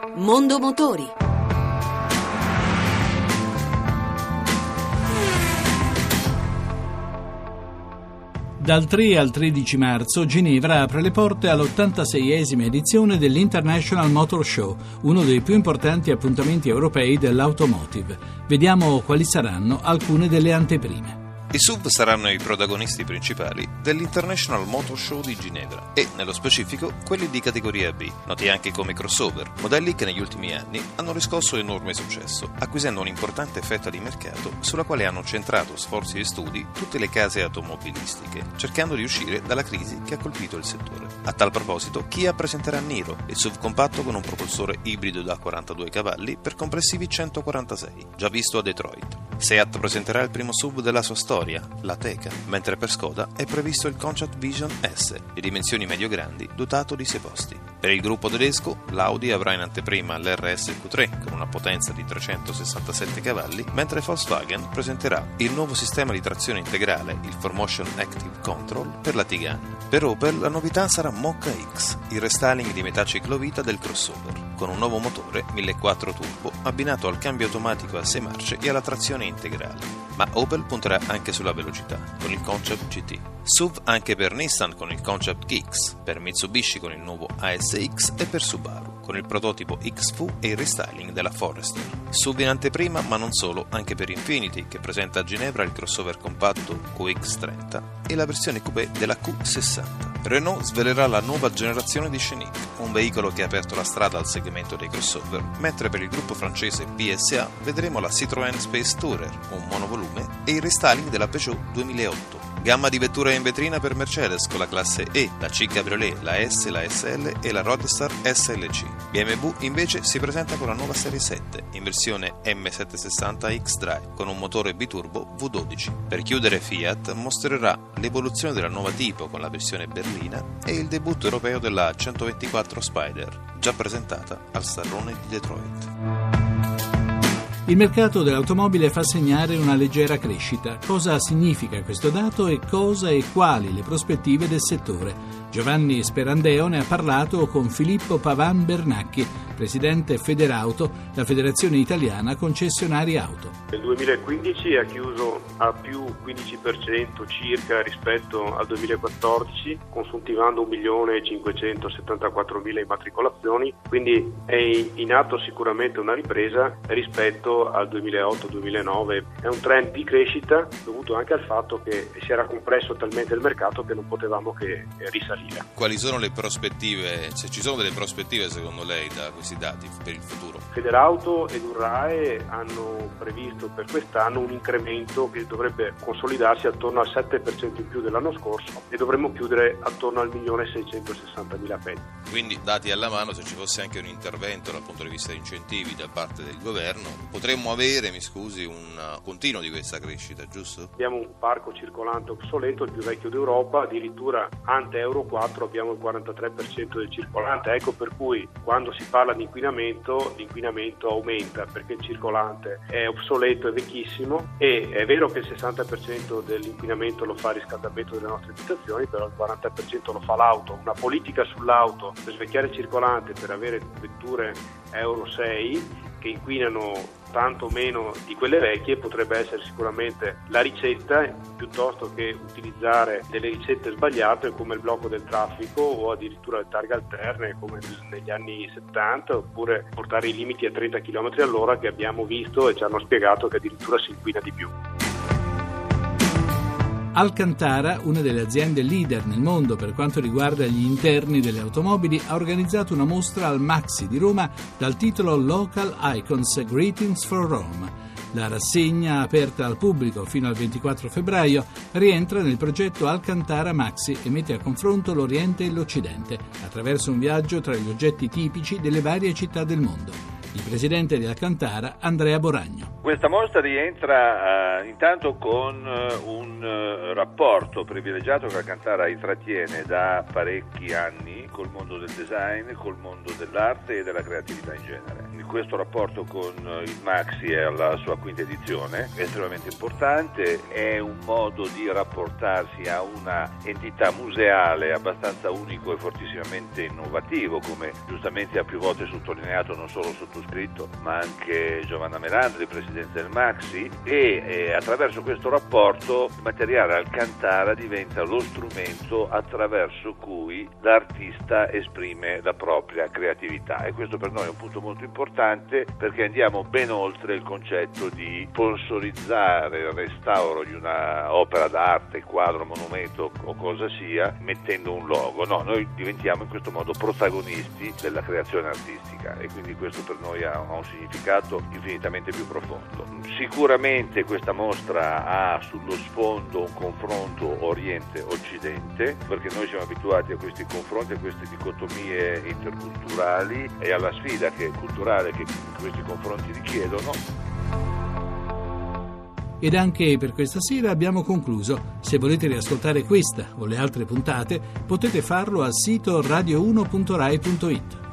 Mondo Motori. Dal 3 al 13 marzo Ginevra apre le porte all'86esima edizione dell'International Motor Show, uno dei più importanti appuntamenti europei dell'automotive. Vediamo quali saranno alcune delle anteprime. I SUV saranno i protagonisti principali dell'International Motor Show di Ginevra e, nello specifico, quelli di categoria B, noti anche come crossover, modelli che negli ultimi anni hanno riscosso enorme successo, acquisendo un'importante fetta di mercato sulla quale hanno centrato sforzi e studi tutte le case automobilistiche, cercando di uscire dalla crisi che ha colpito il settore. A tal proposito, Kia presenterà Niro, il SUV compatto con un propulsore ibrido da 42 cavalli per complessivi 146, già visto a Detroit. Seat presenterà il primo SUV della sua storia, la Teca, mentre per Skoda è previsto il Concept Vision S, di dimensioni medio-grandi, dotato di 6 posti. Per il gruppo tedesco, l'Audi avrà in anteprima l'RS Q3 con una potenza di 367 cavalli, mentre Volkswagen presenterà il nuovo sistema di trazione integrale, il 4Motion Active Control, per la Tigane. Per Opel la novità sarà Mokka X, il restyling di metà ciclovita del crossover, con un nuovo motore 1.4 turbo abbinato al cambio automatico a 6 marce e alla trazione integrale. Ma Opel punterà anche sulla velocità, con il Concept GT. SUV anche per Nissan con il Concept Kicks, per Mitsubishi con il nuovo ASX e per Subaru con il prototipo XFU e il restyling della Forester. SUV in anteprima, ma non solo, anche per Infiniti, che presenta a Ginevra il crossover compatto QX30 e la versione coupé della Q60. Renault svelerà la nuova generazione di Scenic, un veicolo che ha aperto la strada al segmento dei crossover, mentre per il gruppo francese PSA vedremo la Citroën Space Tourer, un monovolume, e il restyling della Peugeot 2008. Gamma di vetture in vetrina per Mercedes con la classe E, la C Cabriolet, la S, la SL e la Roadster SLC. BMW invece si presenta con la nuova serie 7 in versione M760 X-Drive con un motore biturbo V12. Per chiudere, Fiat mostrerà l'evoluzione della nuova tipo con la versione berlina e il debutto europeo della 124 Spider, già presentata al Salone di Detroit. Il mercato dell'automobile fa segnare una leggera crescita. Cosa significa questo dato e cosa e quali le prospettive del settore? Giovanni Sperandeo ne ha parlato con Filippo Pavan Bernacchi, presidente Federauto, la Federazione Italiana Concessionari Auto. Il 2015 ha chiuso a più 15% circa rispetto al 2014, consuntivando 1.574.000 immatricolazioni, quindi è in atto sicuramente una ripresa rispetto al 2008-2009. È un trend di crescita dovuto anche al fatto che si era compresso talmente il mercato che non potevamo che risalire. Quali sono le prospettive, se ci sono delle prospettive secondo lei da questi dati per il futuro? Federauto ed Urrae hanno previsto per quest'anno un incremento che dovrebbe consolidarsi attorno al 7% in più dell'anno scorso e dovremmo chiudere attorno al 1.660.000 pezzi. Quindi, dati alla mano, se ci fosse anche un intervento dal punto di vista di incentivi da parte del governo, potremmo avere, un continuo di questa crescita, giusto? Abbiamo un parco circolante obsoleto, il più vecchio d'Europa, addirittura ante Euro 4 abbiamo il 43% del circolante, ecco per cui quando si parla di inquinamento, l'inquinamento aumenta perché il circolante è obsoleto e vecchissimo, e è vero che il 60% dell'inquinamento lo fa il riscaldamento delle nostre abitazioni, però il 40% lo fa l'auto. Una politica sull'auto per svecchiare il circolante, per avere vetture Euro 6 che inquinano tanto meno di quelle vecchie, potrebbe essere sicuramente la ricetta, piuttosto che utilizzare delle ricette sbagliate come il blocco del traffico o addirittura le targhe alterne come negli anni 70, oppure portare i limiti a 30 km all'ora che abbiamo visto e ci hanno spiegato che addirittura si inquina di più. Alcantara, una delle aziende leader nel mondo per quanto riguarda gli interni delle automobili, ha organizzato una mostra al Maxi di Roma dal titolo Local Icons Greetings for Rome. La rassegna, aperta al pubblico fino al 24 febbraio, rientra nel progetto Alcantara Maxi e mette a confronto l'Oriente e l'Occidente attraverso un viaggio tra gli oggetti tipici delle varie città del mondo. Il presidente di Alcantara, Andrea Boragno. Questa mostra rientra intanto con un rapporto privilegiato che Alcantara intrattiene da parecchi anni col mondo del design, col mondo dell'arte e della creatività in genere. questo rapporto con il Maxi è alla sua quinta edizione, è estremamente importante, è un modo di rapportarsi a una entità museale abbastanza unico e fortissimamente innovativo, come giustamente ha più volte sottolineato non solo sottoscritto ma anche Giovanna Melandri, presidente del Maxi, e attraverso questo rapporto il materiale Alcantara diventa lo strumento attraverso cui l'artista esprime la propria creatività, e questo per noi è un punto molto importante, perché andiamo ben oltre il concetto di sponsorizzare il restauro di una opera d'arte, quadro, monumento o cosa sia mettendo un logo. No, noi diventiamo in questo modo protagonisti della creazione artistica, e quindi questo per noi ha un significato infinitamente più profondo. Sicuramente questa mostra ha sullo sfondo un confronto Oriente-Occidente, perché noi siamo abituati a questi confronti, a queste dicotomie interculturali e alla sfida culturale che questi confronti richiedono. Ed anche per questa sera abbiamo concluso. Se volete riascoltare questa o le altre puntate, potete farlo al sito radio1.rai.it.